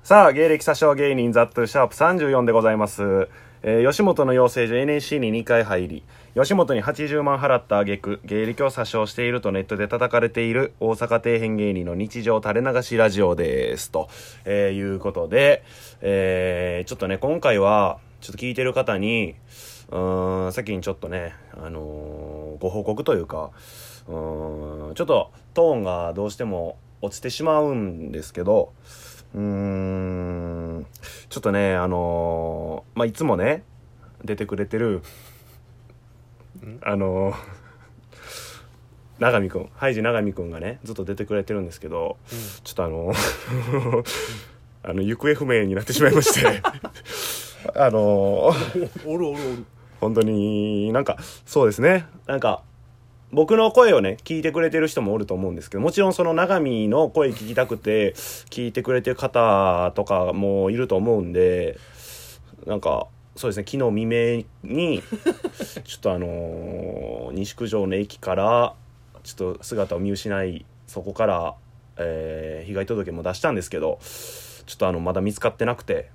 さあ、芸歴詐称芸人ザットシャープ34でございます。吉本の養成所 NSC に2回入り、吉本に80万払った挙句、芸歴を詐称しているとネットで叩かれている大阪底辺芸人の日常垂れ流しラジオです。と、いうことで、ちょっとね、今回は、ちょっと聞いてる方に、先にちょっとね、ご報告というか、ちょっとトーンがどうしても落ちてしまうんですけど、ちょっとねいつもね出てくれてる永見くん、ハイジ永見くんがねずっと出てくれてるんですけど、ちょっと行方不明になってしまいましておる本当になんかそうですね、なんか僕の声をね聞いてくれてる人もおると思うんですけど、もちろんその永見の声聞きたくて聞いてくれてる方とかもいると思うんで、なんかそうですね、昨日未明にちょっと西九条の駅からちょっと姿を見失い、そこから、被害届も出したんですけど、ちょっとまだ見つかってなくて、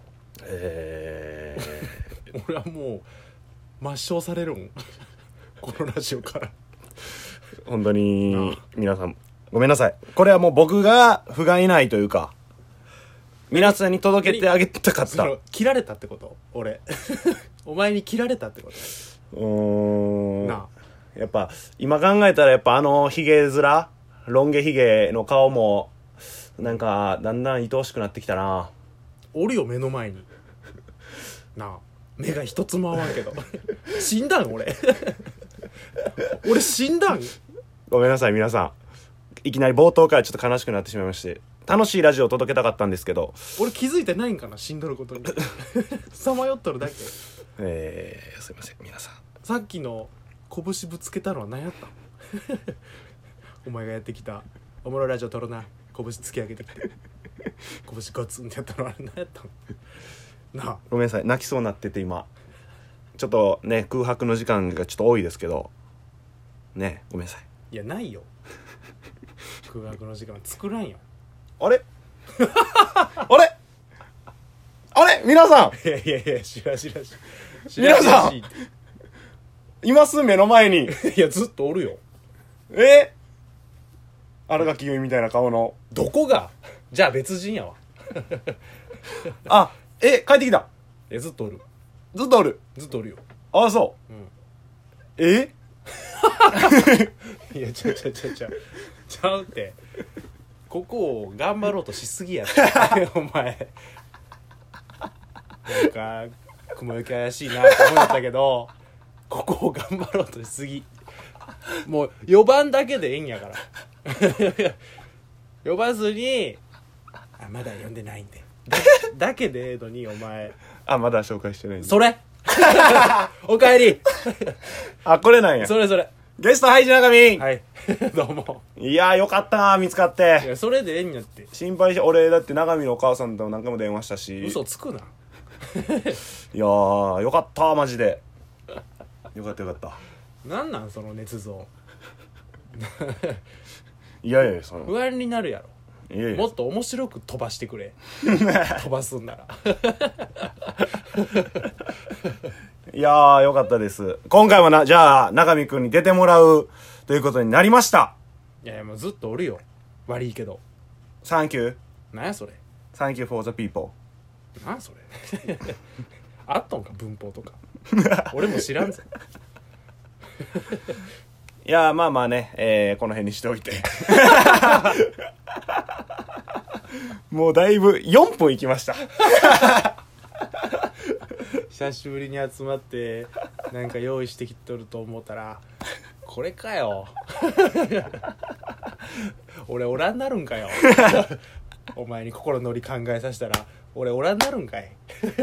俺はもう抹消されるもんこのラジオから本当に皆さんごめんなさい。これはもう僕が不甲斐ないというか、皆さんに届けてあげたかった。 切られたってこと俺お前に切られたってことなあ。 やっぱ今考えたらやっぱヒゲ面ロン毛ヒゲの顔もなんかだんだん愛おしくなってきたな。 おるよ目の前になあ、目が一つも合わんけど死んだん俺俺死んだん。 ごめんなさい皆さん、いきなり冒頭からちょっと悲しくなってしまいまして、楽しいラジオを届けたかったんですけど、 俺気づいてないんかな、死んどることにさまよっとるだけ。 すいません皆さん。 さっきの拳ぶつけたのは何やったんお前がやってきたおもろいラジオ撮るな、拳突き上げてきて拳ガツンってやったのは何やったんなあ。 ごめんなさい、泣きそうになってて今ちょっとね空白の時間がちょっと多いですけどね、ごめんなさい。 いやないよ空白の時間は作らんよ。 あれあれ皆さん、 いやしら皆さんいます目の前にいやずっとおるよ。 新垣結衣みたいな顔の。 どこがじゃあ別人やわあ、帰ってきた。 ずっとおるずっとおるよ。 あ、そう、いやちゃうってここを頑張ろうとしすぎやってお前なんか雲行き怪しいなって思ったけどここを頑張ろうとしすぎ。もう4番だけでいいんやから呼ばずにまだ呼んでないんでだけでええのにお前まだ紹介してないんで。 それおかえりこれなんや。 それゲストハイジ永見。 はいどうも。 いやーよかったな、見つかっいて。 やそれでええんやって。 心配して、俺だって永見のお母さんと何回も電話したし。 嘘つくな。 いやーよかったマジで。よかったなんその捏造いやその不安になるやろ。 いやもっと面白く飛ばしてくれ飛ばすんならいやーよかったです。今回はじゃあ永見くんに出てもらうということになりました。 いやもうずっとおるよ。悪いけど。 サンキュー。 なんやそれ。 サンキュー for the people。 なんやそれあっとんか文法とか俺も知らんぞいやまあね、この辺にしておいてもうだいぶ4分いきました久しぶりに集まってなんか用意してきとると思ったらこれかよ俺オラになるんかよお前に心のり考えさせたら俺オラになるんかい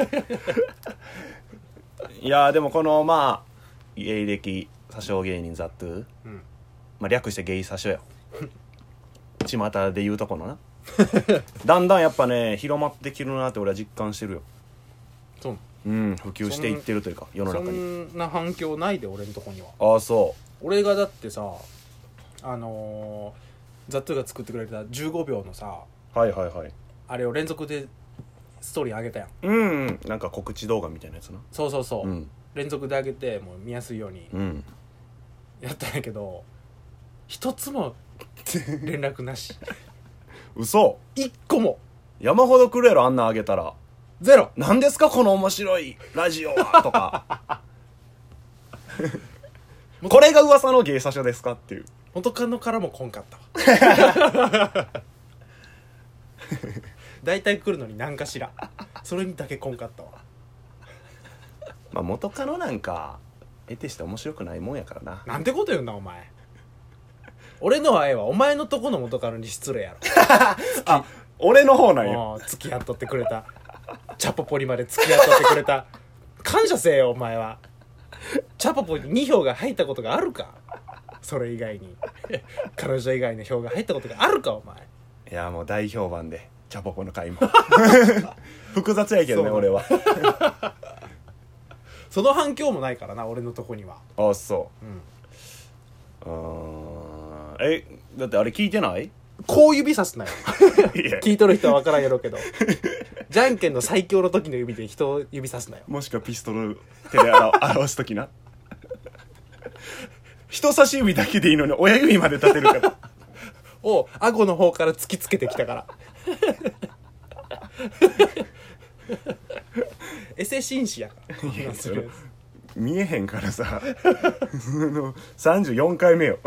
いやでもこの芸歴詐称芸人ザットゥ、略してゲイ詐称よ巷で言うとこのなだんだんやっぱね広まってきるなって俺は実感してるよ。 そう、 普及していってるというか世の中に。 そんな反響ないで俺のとこには。 そう俺がだってさザットゥが作ってくれた15秒のさはいあれを連続でストーリー上げたやん。 うんなんか告知動画みたいなやつな。 そうそうそう、 うん連続で上げてもう見やすいようにうんやったんやけど、一つも連絡なし。 嘘。 一個も山ほど来るやろあんなんあげたら。 ゼロ。 何ですかこの面白いラジオはとかこれが噂の芸者所ですかっていう。 元カノからも来んかったわ大体来るのに何かしらそれにだけ来んかったわ。 まあ元カノなんか得てして面白くないもんやからな。 なんてこと言うんだお前。俺の愛はお前のとこの元カノに失礼やろ。 あ俺の方なんや。 もう付き合っとってくれた、チャポポリまで付き合っとってくれた、感謝せえよお前は。チャポポに2票が入ったことがあるか、それ以外に彼女以外の票が入ったことがあるかお前。 いやもう大評判でチャポポの会も複雑やけどね俺はその反響もないからな俺のとこには。 あそうん、 うだってあれ聞いてない？ こう指さすなよいや聞いとる人は分からんやろうけどじゃんけんの最強の時の指で人を指さすなよ。 もしくはピストル手で表すときな人差し指だけでいいのに親指まで立てるからを顎の方から突きつけてきたからエセ紳士やからいやそれ見えへんからさ34回目よ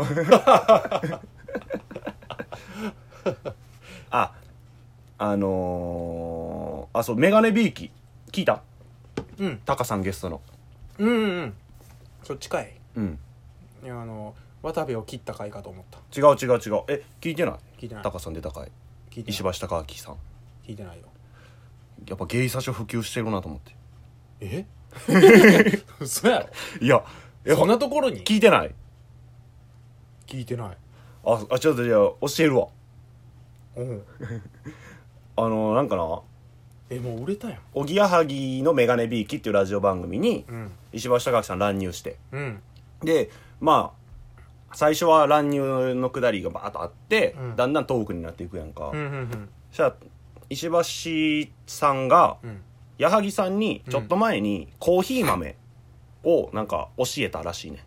そうメガネビーキ聞いた？ うんタカさんゲストの。 うんうんそっちかい。 うんいや渡部を切った回かと思った。 違う聞いてない？ 聞いてない。 タカさん出た回。 聞いてない。 石橋貴明さん。 聞いてないよ。 やっぱゲイサショ普及してるなと思って。 え嘘やろ。 いやそんなところに聞いてない？ 聞いてない。 ちょっとじゃあ教えるわ。 うんなんかなもう売れたやん。 おぎやはぎのメガネビーキっていうラジオ番組にうん石橋貴明さん乱入して、 うんでまあ最初は乱入のくだりがバーッとあって、 うんだんだんトークになっていくやんか。 うんうんそしたら石橋さんがうん矢作さんにちょっと前にコーヒー豆をなんか教えたらしいね。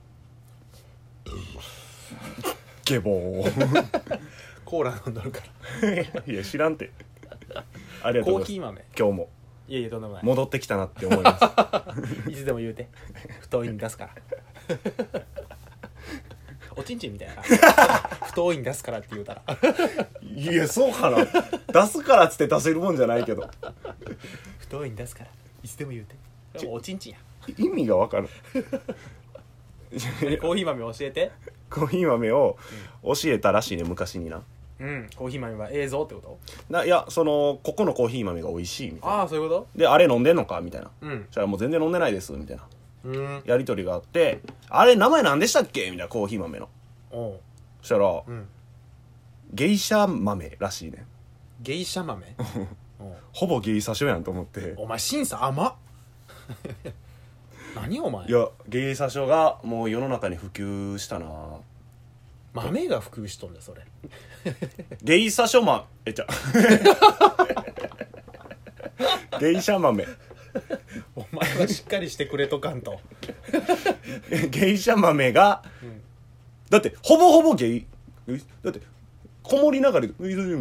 ゲボーコーラ飲んどるからいや知らんて。ありがとうございます。 コーヒー豆。 今日もいやいやとんでもない。 戻ってきたなって思いますいつでも言うて太いに出すからおちんちんみたいな太いに出すからって言うたらいやそうかな出すからっつって出せるもんじゃないけど太いに出すからいつでも言うてもうおちんちんや意味がわかるコーヒー豆教えて。 コーヒー豆を教えたらしいね昔にな。 うんコーヒー豆は映像ってこと。 いやここのコーヒー豆が美味しいみたいな。 ああそういうこであれ飲んでんのかみたいな。 と。うんそしたらもう全然飲んでないですみたいなうんやり取りがあって、あれ名前何でしたっけみたいなコーヒー豆の。 おうそしたらうんゲイシャ豆らしいね。 ゲイシャ豆おうほぼゲイサショやんと思って。 お前審査甘っ何お前いやゲイサショがもう世の中に普及したな。 豆が普及しとんだよそれ。 ゲイサショゲイシャ豆お前はしっかりしてくれとかんと。 ゲイシャ豆が、 んだってほぼほぼゲイだってこもりながら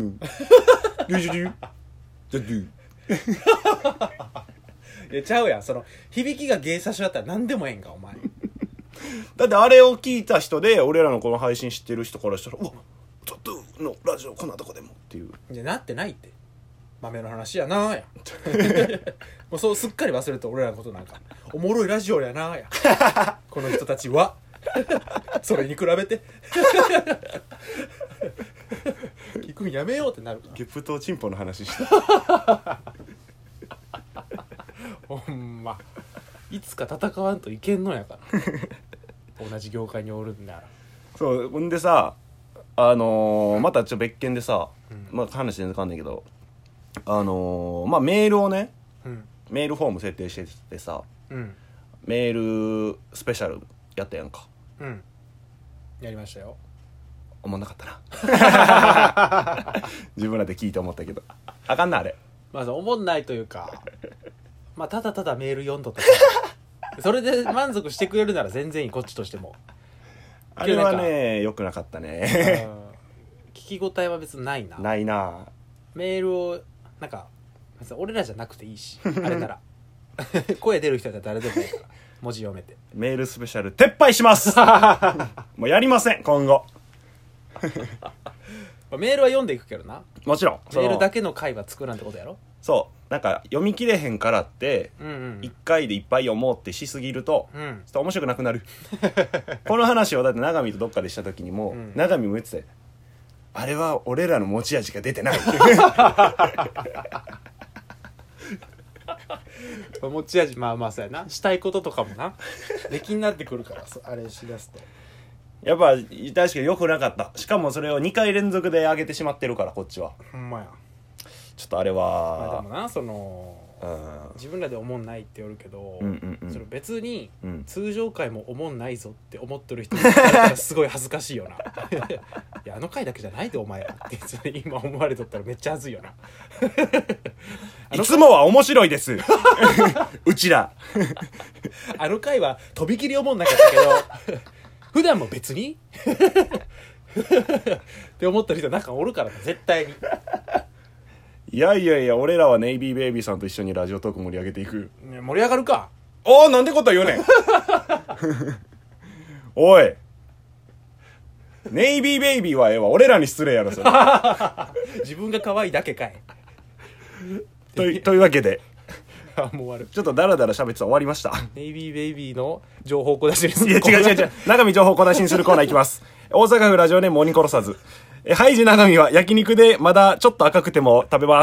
いやちゃうやんその響きが芸者だったら何でもええんかお前。 だってあれを聞いた人で俺らのこの配信知ってる人からしたらうわちょっとのラジオこんなとこでもっていう。 いやなってないって豆の話やなーやもうそうすっかり忘れて俺らのことなんかおもろいラジオやなーやこの人たちはそれに比べて聞くんやめようってなるからゲップとチンポの話したほんまいつか戦わんといけんのやから同じ業界におるんなら。 そうほんでさまたちょっと別件でさ、 うんまあ話全然変わんないけどまあメールをねうんメールフォーム設定しててさうんメールスペシャルやったやんか。 うんやりましたよ。 思んなかったな自分らで聞いて思ったけどあかんなあれ。 まあおもんないというか、まあただただメール読んどったそれで満足してくれるなら全然いい、こっちとしても。 あれはね良くなかったね。 聞き応えは別にないな。 ないな。 メールをなんか別に俺らじゃなくていいし、あれなら声出る人だったら誰でもいいから文字読めて。 メールスペシャル撤廃しますもうやりません今後。 メールは読んでいくけどな。 もちろんメールだけの回は作らんってことやろ。 そうなんか読み切れへんからってうんうん 1回でいっぱい読もうってしすぎると、 うんちょっと面白くなくなるこの話をだって永見とどっかでした時にも、 うん永見も言ってたよ。あれは俺らの持ち味が出てない持ち味、まあまあそうやな、したいこととかもな出来になってくるから、あれしだすと。 やっぱ確かに良くなかった。しかもそれを2回連続で上げてしまってるからこっちはほんまや。 ちょっとあれまあは、 でもな、そのうん自分らで思んないって言るけど、 うんうんうんそれ別にうん通常回も思んないぞって思ってる人がすごい恥ずかしいよな。いやあの回だけじゃないでお前らって今思われとったらめっちゃ恥ずいよな。 いつもは面白いですうちらあの回はとびきり思んなかったけど普段も別にって思ってる人なんかおるからな絶対に。 いやいやいや俺らはネイビーベイビーさんと一緒にラジオトーク盛り上げていく。 ね盛り上がるか。 おーなんてこと言うねんおいネイビーベイビーはええわ俺らに失礼やろそれ自分が可愛いだけかい。 というわけであもう終わる。 ちょっとダラダラ喋ってた終わりましたネイビーベイビーの情報小出しにすいや違う違う中身情報小出しにするコーナーいきます大阪府ラジオネーム鬼殺さずハイジ長見は焼肉でまだちょっと赤くても食べます